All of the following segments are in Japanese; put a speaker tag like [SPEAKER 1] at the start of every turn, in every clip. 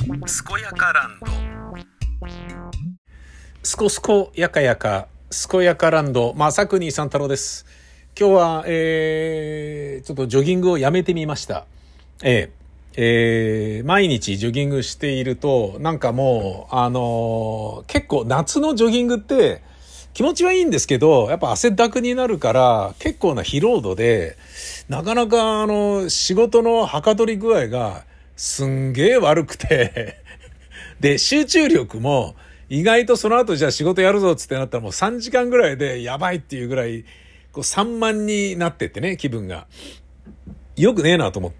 [SPEAKER 1] こやかランド。すこすこやかやか、すこやかランド。サクニーさん太郎です。今日は、ちょっとジョギングをやめてみました。毎日ジョギングしていると、なんかもう、結構夏のジョギングって気持ちはいいんですけど、やっぱ汗だくになるから結構な疲労度で、なかなか仕事のはかどり具合がすんげえ悪くてで、集中力も意外とその後じゃあ仕事やるぞっつってなったらもう3時間ぐらいでやばいっていうぐらいこう散漫になってってね、気分がよくねえなと思って、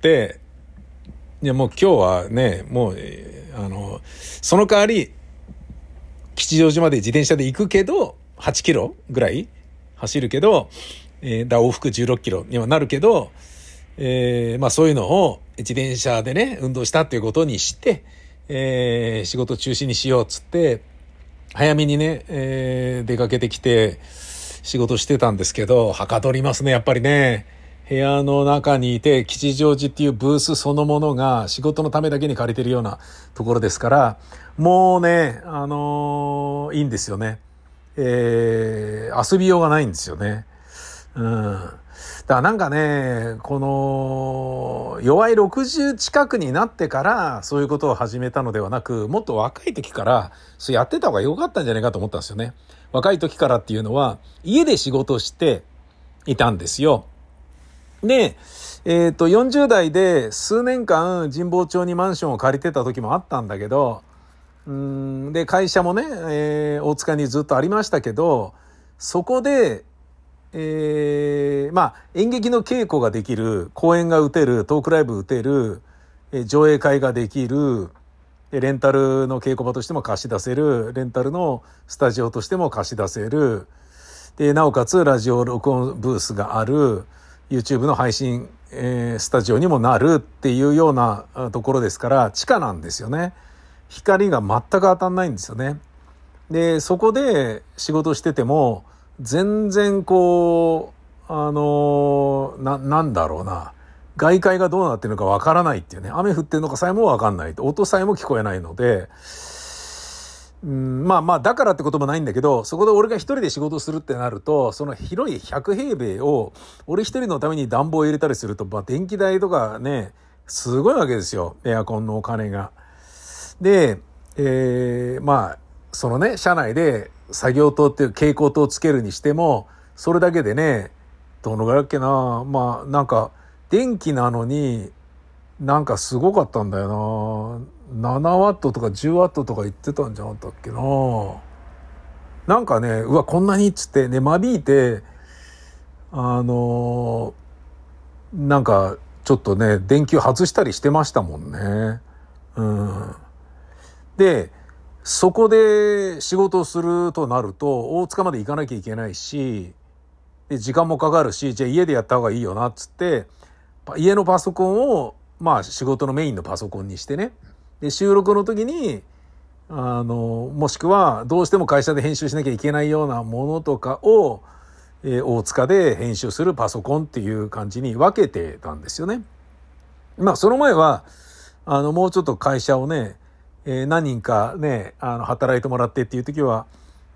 [SPEAKER 1] いやもう今日はね、もうその代わり吉祥寺まで自転車で行くけど8キロぐらい走るけど、往復16キロにはなるけど、そういうのを自転車でね運動したっていうことにして、仕事中止にしようっつって早めにね、出かけてきて仕事してたんですけど、はかどりますねやっぱりね。部屋の中にいて吉祥寺っていうブースそのものが仕事のためだけに借りてるようなところですから、もうねいいんですよね。遊びようがないんですよね。だからなんかね、この弱い60近くになってからそういうことを始めたのではなく、もっと若い時からそうやってた方が良かったんじゃないかと思ったんですよね。若い時からっていうのは家で仕事していたんですよ。で、40代で数年間神保町にマンションを借りてた時もあったんだけど、で会社もね、大塚にずっとありましたけど、そこで演劇の稽古ができる、公演が打てる、トークライブ打てる、上映会ができる、レンタルの稽古場としても貸し出せる、レンタルのスタジオとしても貸し出せる、でなおかつラジオ録音ブースがある、YouTube の配信、スタジオにもなるっていうようなところですから、地下なんですよね。光が全く当たんないんですよね。でそこで仕事してても全然こうなんだろうな、外界がどうなってるのかわからないっていうね、雨降ってるのかさえもわかんない、音さえも聞こえないので、だからってこともないんだけど、そこで俺が一人で仕事するってなると、その広い100平米を俺一人のために暖房を入れたりすると、電気代とかねすごいわけですよ、エアコンのお金が。で、そのね社内で作業灯っていう蛍光灯をつけるにしても、それだけでねどのぐらいだっけな、なんか電気なのになんかすごかったんだよな、7ワットとか10ワットとか言ってたんじゃなかったっけな。なんかね、うわこんなにっつってね間引いて、なんかちょっとね電球外したりしてましたもんね。でそこで仕事をするとなると大塚まで行かなきゃいけないし、で時間もかかるし、じゃあ家でやった方がいいよなっつって家のパソコンを仕事のメインのパソコンにしてね、で収録の時にもしくはどうしても会社で編集しなきゃいけないようなものとかを、大塚で編集するパソコンっていう感じに分けてたんですよね。その前はもうちょっと会社をね、何人かね働いてもらってっていう時は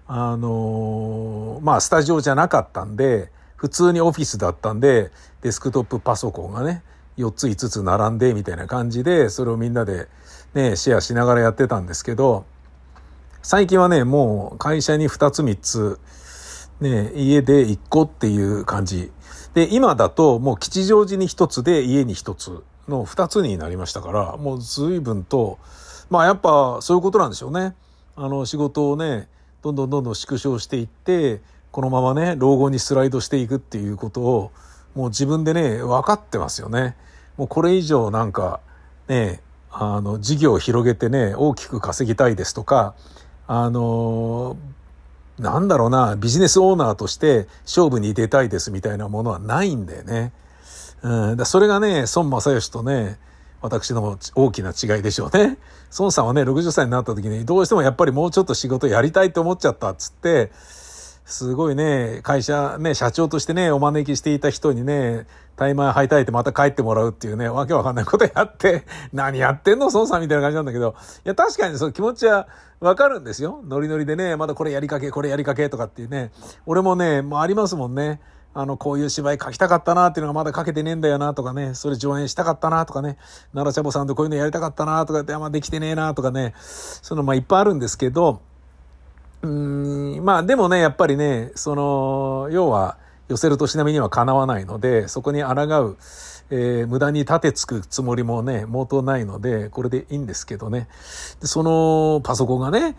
[SPEAKER 1] スタジオじゃなかったんで普通にオフィスだったんで、デスクトップパソコンがね4つ5つ並んでみたいな感じで、それをみんなでねシェアしながらやってたんですけど、最近はねもう会社に2つ3つね家で1個っていう感じで、今だともう吉祥寺に1つで家に1つの2つになりましたから、もう随分とやっぱそういうことなんでしょうね。仕事をねどんどん縮小していって、このままね老後にスライドしていくっていうことをもう自分でね分かってますよね。もうこれ以上なんかね事業を広げてね大きく稼ぎたいですとか、なんだろうな、ビジネスオーナーとして勝負に出たいですみたいなものはないんだよね。それがね孫正義とね私の大きな違いでしょうね。孫さんはね60歳になった時にどうしてもやっぱりもうちょっと仕事やりたいと思っちゃったっつって、 すごいね、会社ね、社長としてね、お招きしていた人にね、タイマー履いたいてまた帰ってもらうっていうね、わけわかんないことやって、何やってんの孫さんみたいな感じなんだけど、いや、確かにその気持ちはわかるんですよ。ノリノリでね、まだこれやりかけとかっていうね。俺もね、もうありますもんね。こういう芝居書きたかったなっていうのがまだ書けてねえんだよなとかね、それ上演したかったなとかね、奈良茶坊さんとこういうのやりたかったなとかって、できてねえなとかね、そのいっぱいあるんですけど、まあでもね、やっぱりね、要は寄せる年並みにはかなわないので、そこに抗う、無駄に盾つくつもりもね、毛頭ないので、これでいいんですけどね。でそのパソコンがね、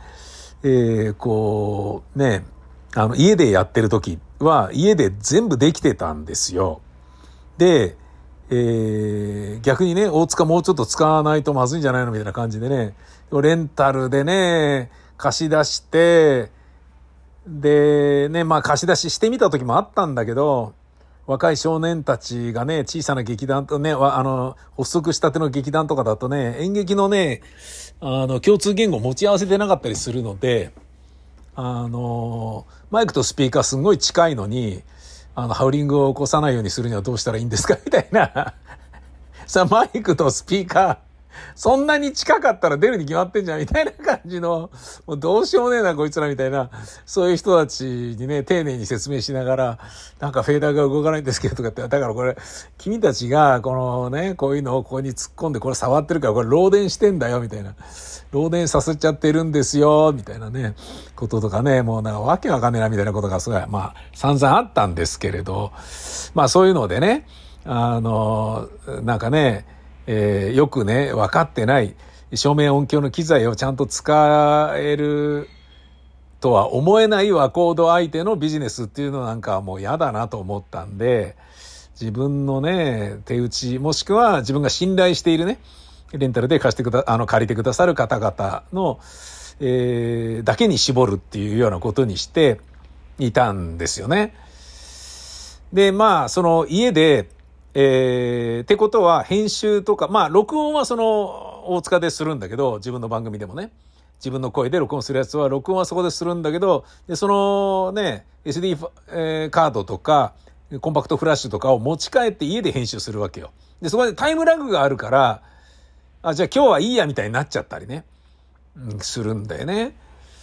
[SPEAKER 1] こうね、家でやってる時は家で全部できてたんですよ。で、逆にね、大塚もうちょっと使わないとまずいんじゃないのみたいな感じでね、レンタルでね、貸し出して、でね、まあ貸し出ししてみた時もあったんだけど、若い少年たちがね、小さな劇団とね、発足したての劇団とかだとね、演劇のね、共通言語を持ち合わせてなかったりするので、マイクとスピーカーすごい近いのに、ハウリングを起こさないようにするにはどうしたらいいんですかみたいな。さあ、マイクとスピーカー、そんなに近かったら出るに決まってんじゃんみたいな感じの、もうどうしようもねえなこいつらみたいな、そういう人たちにね、丁寧に説明しながら、なんかフェーダーが動かないんですけどとかって、だからこれ、君たちがこのね、こういうのをここに突っ込んでこれ触ってるからこれ漏電してんだよみたいな。漏電させちゃってるんですよ、みたいなね、こととかね、もうなんかわけわかんねえなみたいなことがすごい、まあ散々あったんですけれど、まあそういうのでね、なんかね、よくね、分かってない照明音響の機材をちゃんと使えるとは思えないワコード相手のビジネスっていうのなんかもう嫌だなと思ったんで、自分のね、手打ち、もしくは自分が信頼しているね、レンタルで借りてくださる方々の、だけに絞るっていうようなことにしていたんですよね。で、まあ、その家で、ってことは編集とか、まあ録音は大塚でするんだけど、自分の番組でもね、自分の声で録音するやつは録音はそこでするんだけど、で、SD、カードとか、コンパクトフラッシュとかを持ち帰って家で編集するわけよ。で、そこでタイムラグがあるから、じゃあ今日はいいやみたいになっちゃったりね、するんだよね。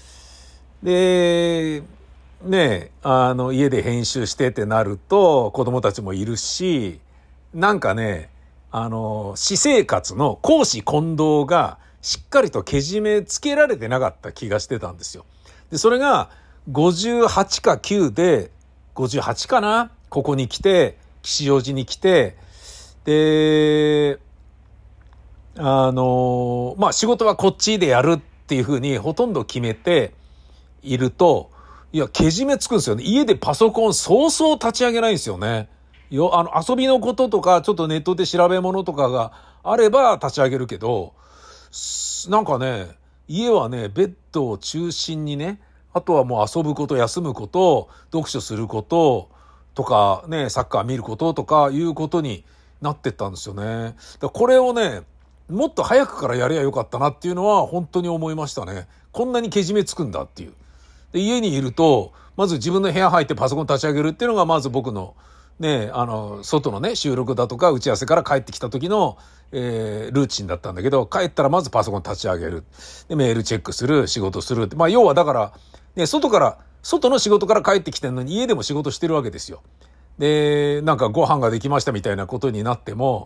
[SPEAKER 1] で、ね、家で編集してってなると子供たちもいるし、なんかね、私生活の公私混同がしっかりとけじめつけられてなかった気がしてたんですよ。で、それが58か9で、58かな、ここに来て、吉祥寺に来て、で、まあ、仕事はこっちでやるっていうふうにほとんど決めていると、いや、けじめつくんですよね。家でパソコンそうそう立ち上げないんですよね。遊びのこととか、ちょっとネットで調べ物とかがあれば立ち上げるけど、なんかね、家はね、ベッドを中心にね、あとはもう遊ぶこと、休むこと、読書することとかね、サッカー見ることとかいうことになってったんですよね。これをね、もっと早くからやりゃよかったなっていうのは本当に思いましたね。こんなにけじめつくんだっていう。で、家にいると、まず自分の部屋入ってパソコン立ち上げるっていうのがまず僕のね、外のね、収録だとか打ち合わせから帰ってきた時の、ルーチンだったんだけど、帰ったらまずパソコン立ち上げる。で、メールチェックする、仕事するって。まあ、要はだから、ね、外の仕事から帰ってきてるのに家でも仕事してるわけですよ。で、なんかご飯ができましたみたいなことになっても、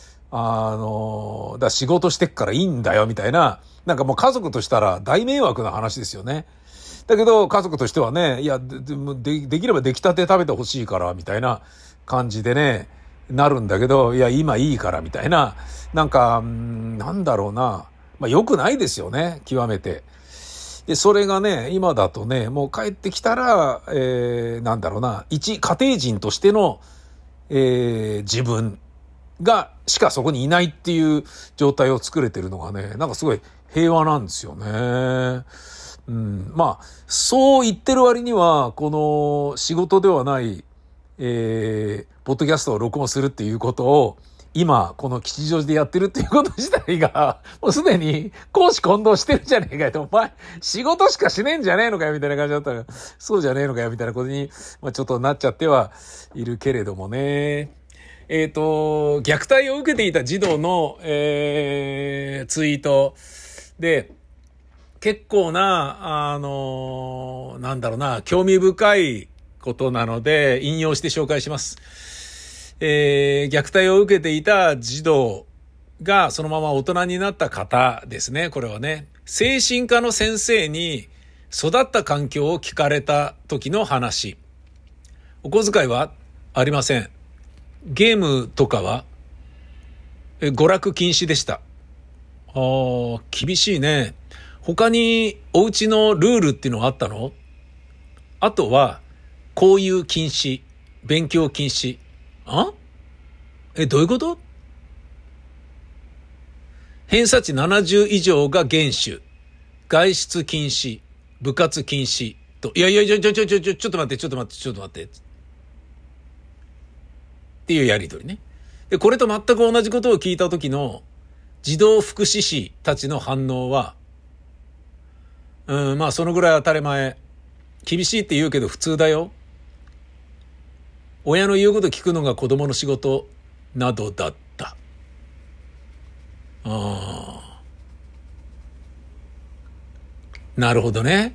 [SPEAKER 1] 仕事してっからいいんだよみたいな、なんかもう家族としたら大迷惑な話ですよね。だけど家族としてはね、いや、できれば出来たて食べてほしいからみたいな感じでね、なるんだけど、いや、今いいからみたいな、なんか、なんだろうな。まあ良くないですよね、極めて。で、それがね、今だとね、もう帰ってきたら、なんだろうな、一家庭人としての、自分しかそこにいないっていう状態を作れてるのがね、なんかすごい平和なんですよね。まあ、そう言ってる割には、この仕事ではない、ポッドキャストを録音するっていうことを今、この吉祥寺でやってるっていうこと自体が、もうすでに公私混同してるじゃねえかよ。お前、仕事しかしねえんじゃねえのかよ、みたいな感じだったら、そうじゃねえのかよ、みたいなことに、ちょっとなっちゃってはいるけれどもね。虐待を受けていた児童の、ツイートで、結構な、なんだろうな、興味深いことなので、引用して紹介します。虐待を受けていた児童がそのまま大人になった方ですね。これはね、精神科の先生に育った環境を聞かれた時の話。お小遣いはありません。ゲームとかは娯楽禁止でした。厳しいね。他にお家のルールっていうのはあったの？あとは、交友禁止、勉強禁止。どういうこと？偏差値70以上が厳守。外出禁止、部活禁止と。いや、ちょっと待って。っていうやりとりね。で、これと全く同じことを聞いた時の児童福祉士たちの反応は、そのぐらい当たり前。厳しいって言うけど普通だよ。親の言うこと聞くのが子供の仕事などだった。なるほどね。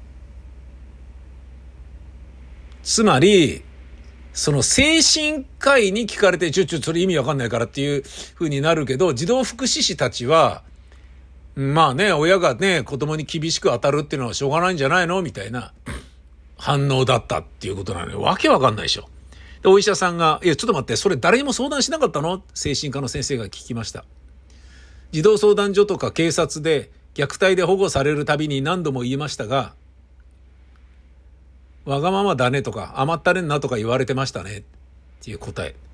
[SPEAKER 1] つまり、その精神科医に聞かれて、それ意味わかんないからっていう風になるけど、児童福祉士たちは、親がね、子供に厳しく当たるっていうのはしょうがないんじゃないのみたいな反応だったっていうことなのよ。わけわかんないでしょ。で、お医者さんが、いや、ちょっと待って、それ誰にも相談しなかったの？精神科の先生が聞きました。児童相談所とか警察で虐待で保護されるたびに何度も言いましたが、わがままだねとか甘ったれんなとか言われてましたねっていう答え。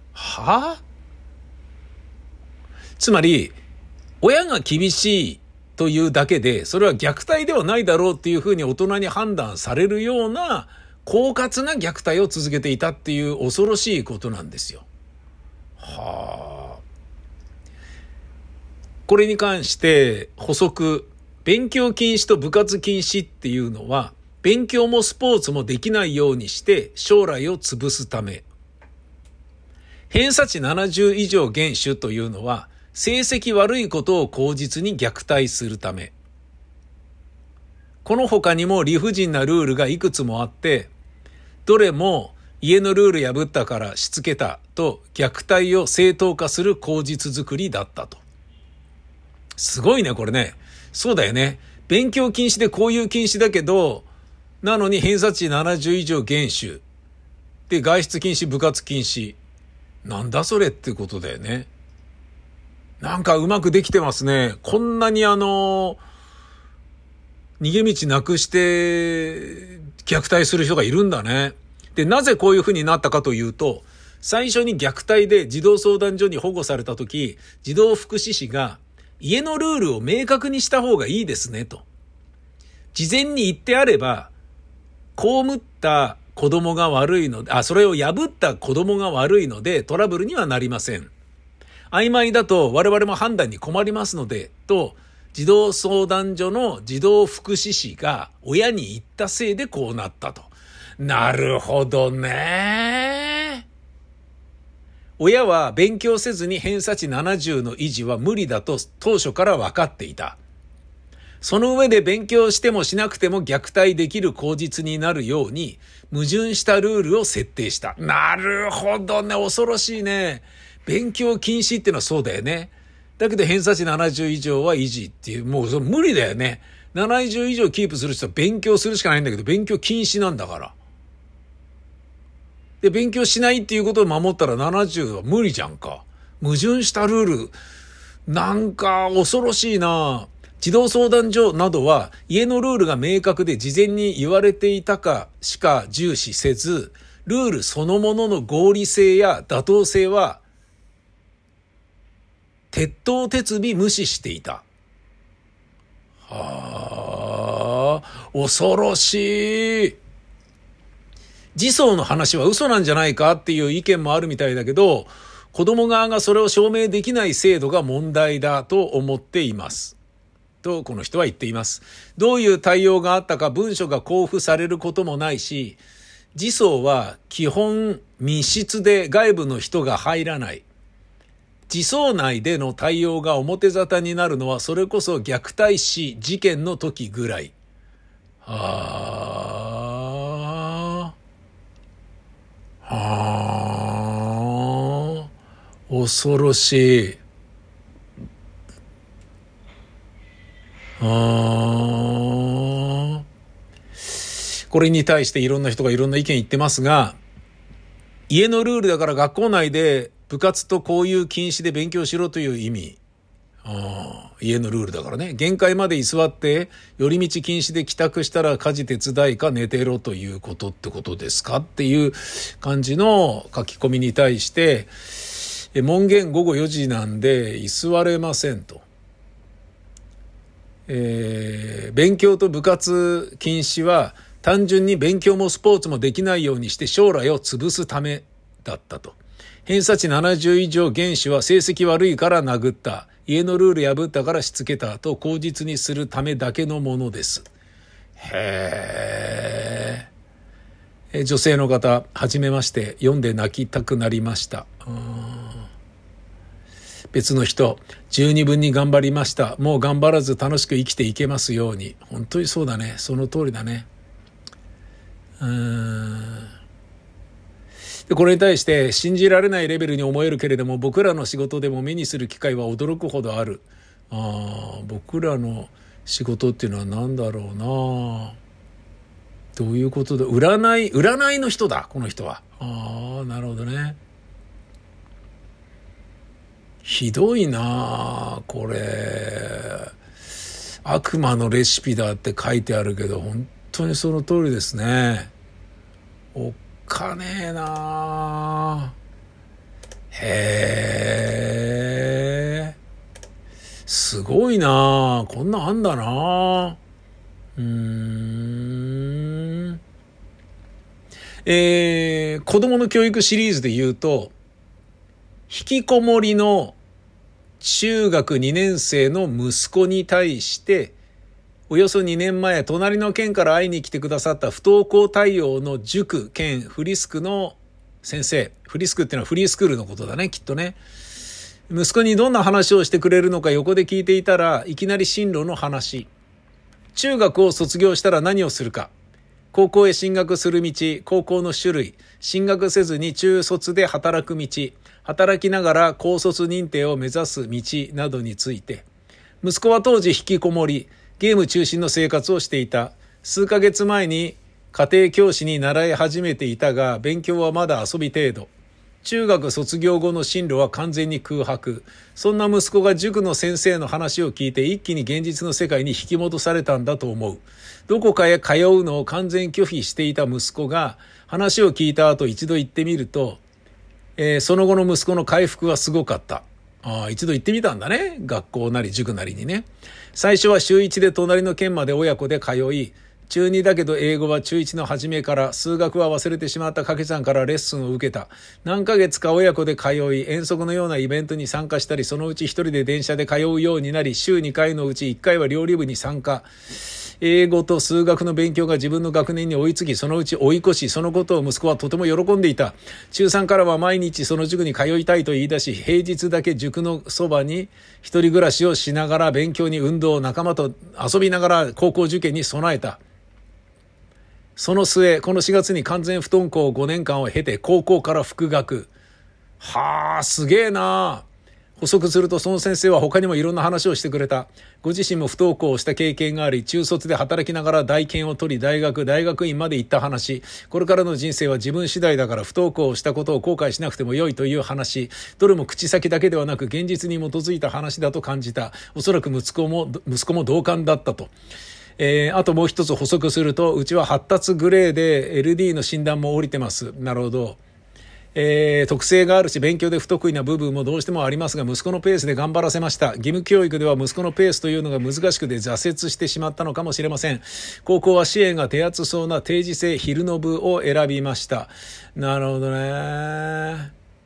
[SPEAKER 1] つまり、親が厳しいというだけで、それは虐待ではないだろうっていうふうに大人に判断されるような狡猾な虐待を続けていたっていう恐ろしいことなんですよ。これに関して補足、勉強禁止と部活禁止っていうのは、勉強もスポーツもできないようにして将来を潰すため。偏差値70以上厳守というのは、成績悪いことを口実に虐待するため。この他にも理不尽なルールがいくつもあって、どれも家のルール破ったからしつけたと虐待を正当化する口実作りだったと。すごいね、これね。そうだよね。勉強禁止で交友禁止だけど、なのに偏差値70以上厳守。で、外出禁止、部活禁止。なんだそれってことだよね。なんかうまくできてますね。こんなに逃げ道なくして虐待する人がいるんだね。で、なぜこういう風になったかというと、最初に虐待で児童相談所に保護されたとき、児童福祉士が家のルールを明確にした方がいいですねと。事前に言ってあれば、被った子供が悪いので、それを破った子供が悪いのでトラブルにはなりません。曖昧だと我々も判断に困りますので、と、児童相談所の児童福祉士が親に言ったせいでこうなったと。なるほどね。親は勉強せずに偏差値70の維持は無理だと当初から分かっていた。その上で勉強してもしなくても虐待できる口実になるように矛盾したルールを設定した。なるほどね。恐ろしいね。勉強禁止ってのはそうだよね。だけど偏差値70以上は維持っていう、もうそれ無理だよね。70以上キープする人は勉強するしかないんだけど、勉強禁止なんだから。で、勉強しないっていうことを守ったら70は無理じゃんか。矛盾したルール。なんか恐ろしいな。児童相談所などは家のルールが明確で事前に言われていたかしか重視せず、ルールそのものの合理性や妥当性は鉄頭鉄尾無視していた。恐ろしい。児相の話は嘘なんじゃないかっていう意見もあるみたいだけど、 子供側がそれを証明できない制度が問題だと思っています。と、この人は言っています。どういう対応があったか文書が交付されることもないし、児相は基本密室で外部の人が入らない。児相内での対応が表沙汰になるのはそれこそ虐待死事件の時ぐらい。恐ろしい。これに対していろんな人がいろんな意見言ってますが、家のルールだから学校内で部活と交友禁止で勉強しろという意味。家のルールだからね。限界まで居座って寄り道禁止で帰宅したら家事手伝いか寝てろということってことですかっていう感じの書き込みに対して、門限午後4時なんで居座れませんと。勉強と部活禁止は単純に勉強もスポーツもできないようにして将来を潰すためだったと。偏差値70以上厳守は成績悪いから殴った。家のルール破ったからしつけたと口実にするためだけのものです。女性の方、はじめまして、読んで泣きたくなりました。別の人、十二分に頑張りました。もう頑張らず楽しく生きていけますように。本当にそうだね。その通りだね。でこれに対して信じられないレベルに思えるけれども、僕らの仕事でも目にする機会は驚くほどある。僕らの仕事っていうのは何だろうな。どういうことだ。占いの人だ、この人は。なるほどね。ひどいなこれ。悪魔のレシピだって書いてあるけど、本当にその通りですね。おっかねえな。すごいな。こんなんあんだな。子供の教育シリーズで言うと、引きこもりの中学2年生の息子に対して、およそ2年前、隣の県から会いに来てくださった不登校対応の塾兼フリスクの先生。フリスクっていうのはフリースクールのことだね、きっとね。息子にどんな話をしてくれるのか横で聞いていたら、いきなり進路の話。中学を卒業したら何をするか。高校へ進学する道、高校の種類、進学せずに中卒で働く道、働きながら高卒認定を目指す道などについて。息子は当時引きこもり、ゲーム中心の生活をしていた。数ヶ月前に家庭教師に習い始めていたが、勉強はまだ遊び程度。中学卒業後の進路は完全に空白。そんな息子が塾の先生の話を聞いて一気に現実の世界に引き戻されたんだと思う。どこかへ通うのを完全拒否していた息子が話を聞いた後一度行ってみると、その後の息子の回復はすごかった。一度行ってみたんだね。学校なり塾なりにね。最初は週1で隣の県まで親子で通い、中2だけど英語は中1の初めから、数学は忘れてしまった掛け算からレッスンを受けた。何ヶ月か親子で通い、遠足のようなイベントに参加したり、そのうち一人で電車で通うようになり、週2回のうち1回は料理部に参加。英語と数学の勉強が自分の学年に追いつき、そのうち追い越し、そのことを息子はとても喜んでいた。中3からは毎日その塾に通いたいと言い出し、平日だけ塾のそばに一人暮らしをしながら勉強に運動、仲間と遊びながら高校受験に備えた。その末、この4月に完全不登校5年間を経て高校から復学。すげえな。補足するとその先生は他にもいろんな話をしてくれた。ご自身も不登校をした経験があり、中卒で働きながら大検を取り、大学院まで行った話。これからの人生は自分次第だから不登校をしたことを後悔しなくても良いという話。どれも口先だけではなく現実に基づいた話だと感じた。おそらく息子も同感だったと。あともう一つ補足すると、うちは発達グレーで LD の診断も降りてます。なるほど。特性があるし勉強で不得意な部分もどうしてもありますが、息子のペースで頑張らせました。義務教育では息子のペースというのが難しくて挫折してしまったのかもしれません。高校は支援が手厚そうな定時制昼の部を選びました。なるほどね。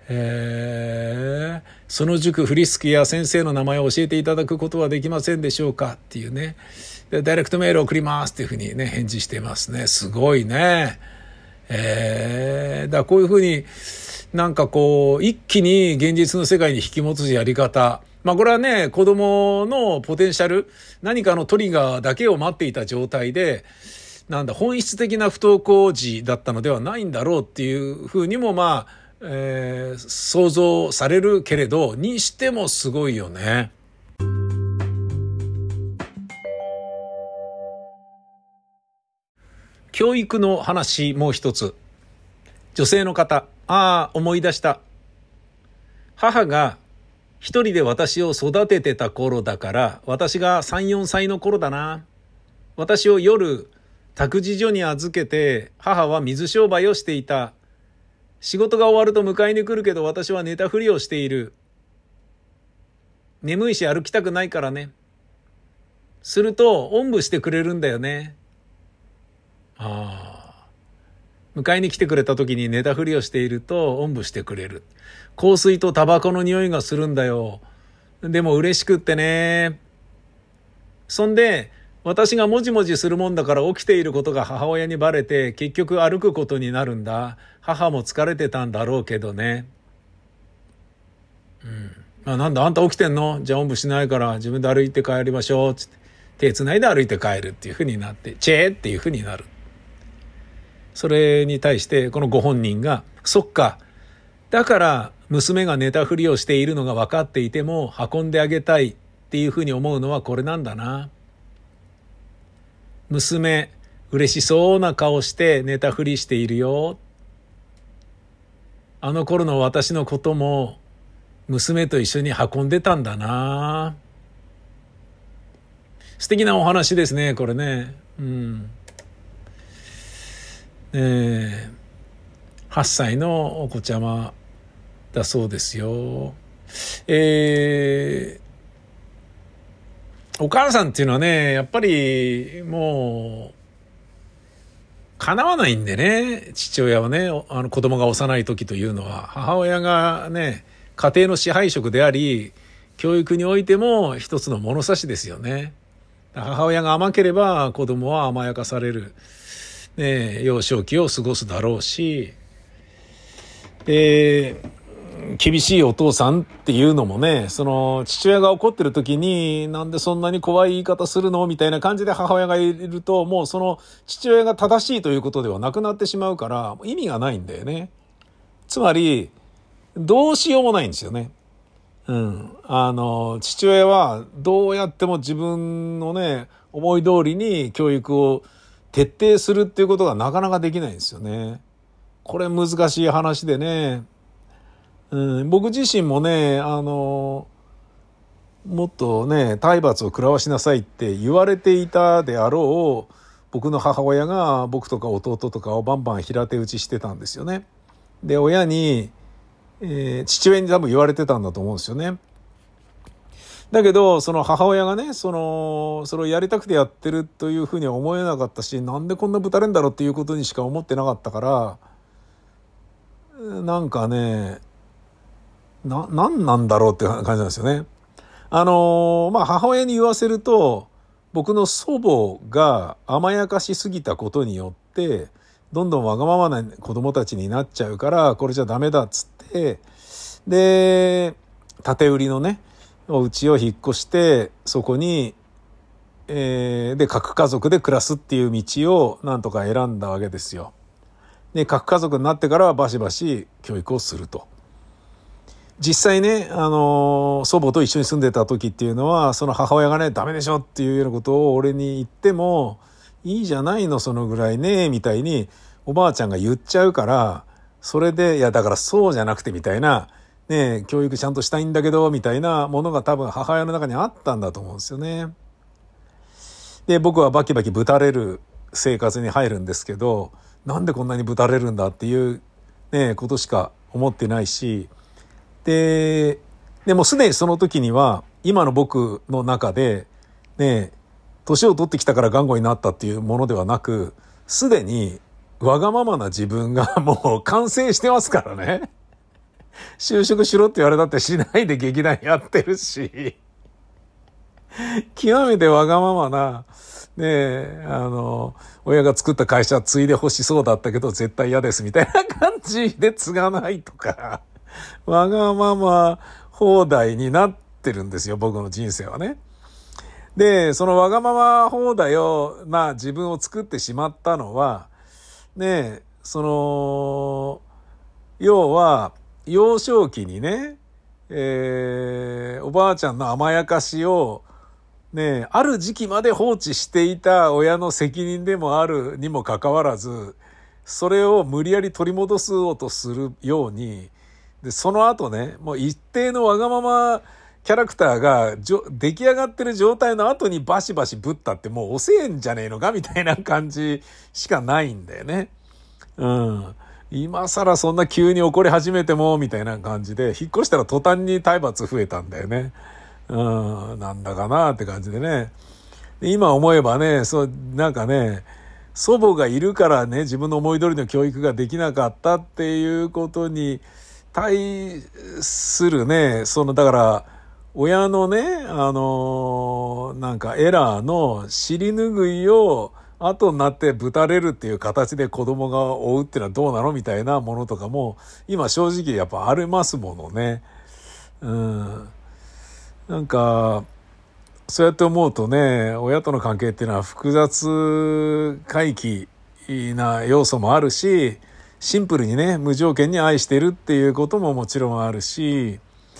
[SPEAKER 1] その塾フリスクや先生の名前を教えていただくことはできませんでしょうかっていうね。でダイレクトメールを送りますっていうふうにね、返事してますね。すごいね。だからこういうふうになんかこう、一気に現実の世界に引き戻すやり方。まあこれはね、子供のポテンシャル、何かのトリガーだけを待っていた状態で、本質的な不登校児だったのではないんだろうっていうふうにもまあ、想像されるけれど、にしてもすごいよね。教育の話もう一つ。女性の方、思い出した。母が一人で私を育ててた頃だから、私が3、4歳の頃だな。私を夜、託児所に預けて、母は水商売をしていた。仕事が終わると迎えに来るけど、私は寝たふりをしている。眠いし歩きたくないからね。すると、おんぶしてくれるんだよね。迎えに来てくれた時に寝たふりをしていると、おんぶしてくれる。香水とタバコの匂いがするんだよ。でも嬉しくってね。そんで、私がもじもじするもんだから起きていることが母親にバレて、結局歩くことになるんだ。母も疲れてたんだろうけどね。なんだあんた起きてんの？じゃあおんぶしないから自分で歩いて帰りましょう。つって手つないで歩いて帰るっていうふうになって、チェーっていうふうになる。それに対してこのご本人が、そっか。だから娘が寝たふりをしているのが分かっていても運んであげたいっていうふうに思うのはこれなんだな。娘、嬉しそうな顔して寝たふりしているよ。あの頃の私のことも娘と一緒に運んでたんだな。素敵なお話ですね、これね。8歳のお子ちゃまだそうですよ。お母さんっていうのはね、やっぱりもう叶わないんでね、父親はね、子供が幼い時というのは、母親がね、家庭の支配職であり、教育においても一つの物差しですよね。母親が甘ければ子供は甘やかされる、幼少期を過ごすだろうし、厳しいお父さんっていうのもね、その父親が怒ってる時になんでそんなに怖い言い方するのみたいな感じで母親がいると、もうその父親が正しいということではなくなってしまうから意味がないんだよね。つまりどうしようもないんですよね。父親はどうやっても自分のね、思い通りに教育を徹底するっていうことがなかなかできないんですよね。これ難しい話でね。僕自身もね、もっとね、体罰を食らわしなさいって言われていたであろう、僕の母親が僕とか弟とかをバンバン平手打ちしてたんですよね。で、親に、父親に多分言われてたんだと思うんですよね。だけど、その母親がね、それをやりたくてやってるというふうには思えなかったし、なんでこんなぶたれんだろうっていうことにしか思ってなかったから、なんかね、なんなんだろうって感じなんですよね。母親に言わせると、僕の祖母が甘やかしすぎたことによって、どんどんわがままな子供たちになっちゃうから、これじゃダメだっつって、で、建て売りのね、お家を引っ越して、そこに、で、核家族で暮らすっていう道をなんとか選んだわけですよ。で、核家族になってからはバシバシ教育をすると。実際ね、祖母と一緒に住んでた時っていうのは、その母親がね、ダメでしょっていうようなことを俺に言っても、いいじゃないの、そのぐらいね、みたいにおばあちゃんが言っちゃうから、それで、いやだからそうじゃなくてみたいな、ね、教育ちゃんとしたいんだけど、みたいなものが多分母親の中にあったんだと思うんですよね。で、僕はバキバキぶたれる生活に入るんですけど、なんでこんなにぶたれるんだっていうね、ことしか思ってないし、でもすでにその時には今の僕の中でね、年を取ってきたから頑固になったっていうものではなく、すでにわがままな自分がもう完成してますからね。 就職しろって言われたってしないで劇団やってるし、極めてわがままな、ねえ、親が作った会社継いで欲しそうだったけど絶対嫌ですみたいな感じで継がないとか、わがまま放題になってるんですよ、僕の人生はね。で、そのわがまま放題を、自分を作ってしまったのは、ね、要は、幼少期にね、おばあちゃんの甘やかしを、ね、ある時期まで放置していた親の責任でもあるにもかかわらず、それを無理やり取り戻そうとするように、で、その後ね、もう一定のわがままキャラクターが出来上がってる状態の後にバシバシぶったってもう遅えんじゃねえのかみたいな感じしかないんだよね。うん。今更そんな急に怒り始めてもみたいな感じで、引っ越したら途端に体罰増えたんだよね。なんだかなって感じでね。で今思えばね、なんかね、祖母がいるからね、自分の思い通りの教育ができなかったっていうことに対するね、だから、親のね、なんかエラーの尻拭いを後になってぶたれるっていう形で子供が追うっていうのはどうなのみたいなものとかも、今正直やっぱありますものね。なんか、そうやって思うとね、親との関係っていうのは複雑回帰な要素もあるし、シンプルにね、無条件に愛してるっていうことももちろんあるし、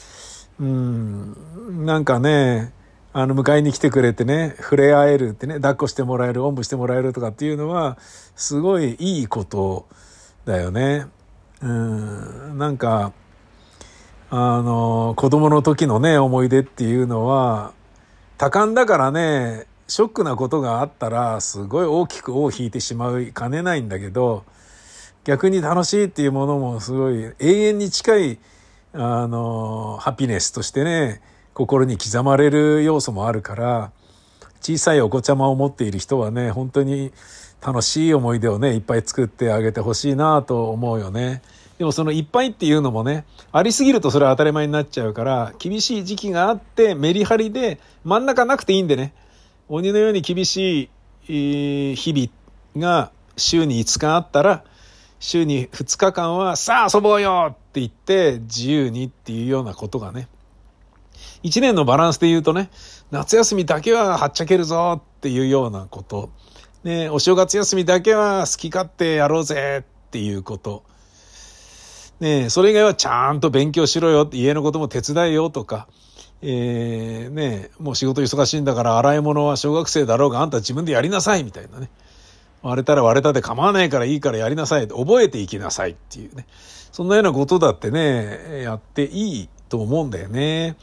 [SPEAKER 1] なんかね、迎えに来てくれてね、触れ合えるってね、抱っこしてもらえる、おんぶしてもらえるとかっていうのは、すごいいいことだよね。なんか、子供の時のね、思い出っていうのは、多感だからね、ショックなことがあったら、すごい大きく尾を引いてしまいかねないんだけど、逆に楽しいっていうものもすごい永遠に近い、ハピネスとしてね、心に刻まれる要素もあるから、小さいお子ちゃまを持っている人はね、本当に楽しい思い出をね、いっぱい作ってあげてほしいなと思うよね。でもそのいっぱいっていうのもね、ありすぎるとそれは当たり前になっちゃうから、厳しい時期があってメリハリで真ん中なくていいんでね、鬼のように厳しい日々が週に5日あったら、週に2日間はさあ遊ぼうよって言って自由にっていうようなことがね、1年のバランスで言うとね、夏休みだけははっちゃけるぞっていうようなこと、ね、お正月休みだけは好き勝手やろうぜっていうこと、ね、それ以外はちゃんと勉強しろよって、家のことも手伝えよとか、もう仕事忙しいんだから洗い物は小学生だろうがあんた自分でやりなさいみたいなね。割れたら割れたで構わないからいいからやりなさい。覚えていきなさいっていうね。そんなようなことだってね、やっていいと思うんだよね。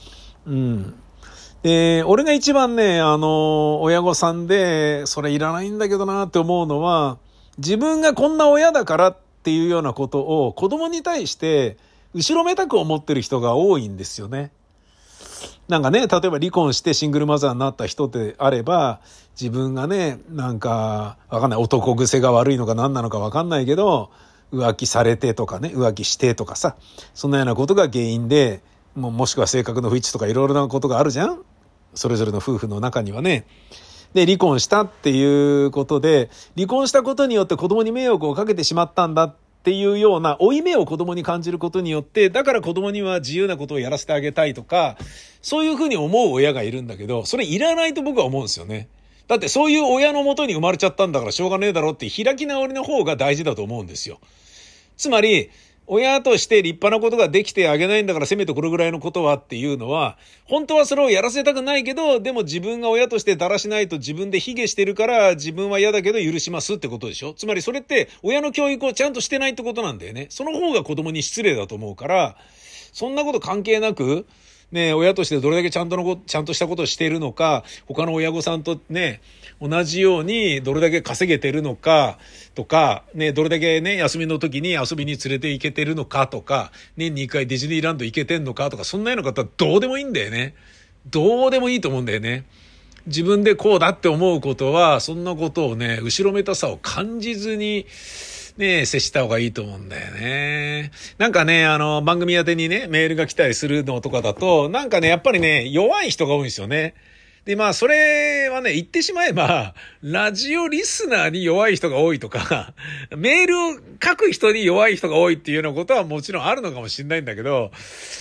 [SPEAKER 1] で、俺が一番ね、親御さんで、それいらないんだけどなって思うのは、自分がこんな親だからっていうようなことを子供に対して後ろめたく思ってる人が多いんですよね。なんかね、例えば離婚してシングルマザーになった人であれば、自分がね、なんか、わかんない、男癖が悪いのか何なのかわかんないけど、浮気されてとかね、浮気してとかさ、そんなようなことが原因で、もしくは性格の不一致とかいろいろなことがあるじゃん？それぞれの夫婦の中にはね。で、離婚したっていうことで、離婚したことによって子供に迷惑をかけてしまったんだっていうような負い目を子供に感じることによって、だから子供には自由なことをやらせてあげたいとか、そういうふうに思う親がいるんだけど、それいらないと僕は思うんですよね。だってそういう親のもとに生まれちゃったんだからしょうがねえだろって開き直りの方が大事だと思うんですよ。つまり、親として立派なことができてあげないんだからせめてこれぐらいのことはっていうのは、本当はそれをやらせたくないけど、でも自分が親としてだらしないと自分で卑下してるから自分は嫌だけど許しますってことでしょ。つまりそれって親の教育をちゃんとしてないってことなんだよね。その方が子供に失礼だと思うから、そんなこと関係なく、ね、親としてどれだけちゃんとしたことをしているのか、他の親御さんとね、同じようにどれだけ稼げてるのかとか、ね、どれだけね、休みの時に遊びに連れて行けてるのかとか、年に1回ディズニーランド行けてんのかとか、そんなような方はどうでもいいんだよね。どうでもいいと思うんだよね。自分でこうだって思うことは、そんなことをね、後ろめたさを感じずに、 ね、接した方がいいと思うんだよね。なんかね、番組宛てにね、メールが来たりするのとかだと、なんかね、やっぱりね、弱い人が多いんですよね。で、まあ、それはね、言ってしまえば、ラジオリスナーに弱い人が多いとか、メールを書く人に弱い人が多いっていうようなことはもちろんあるのかもしれないんだけど、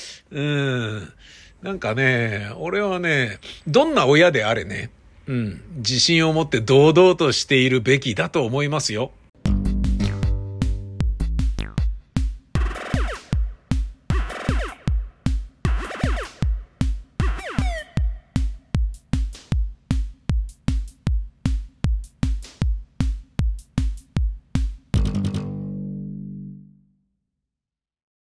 [SPEAKER 1] なんかね、俺はね、どんな親であれね、自信を持って堂々としているべきだと思いますよ。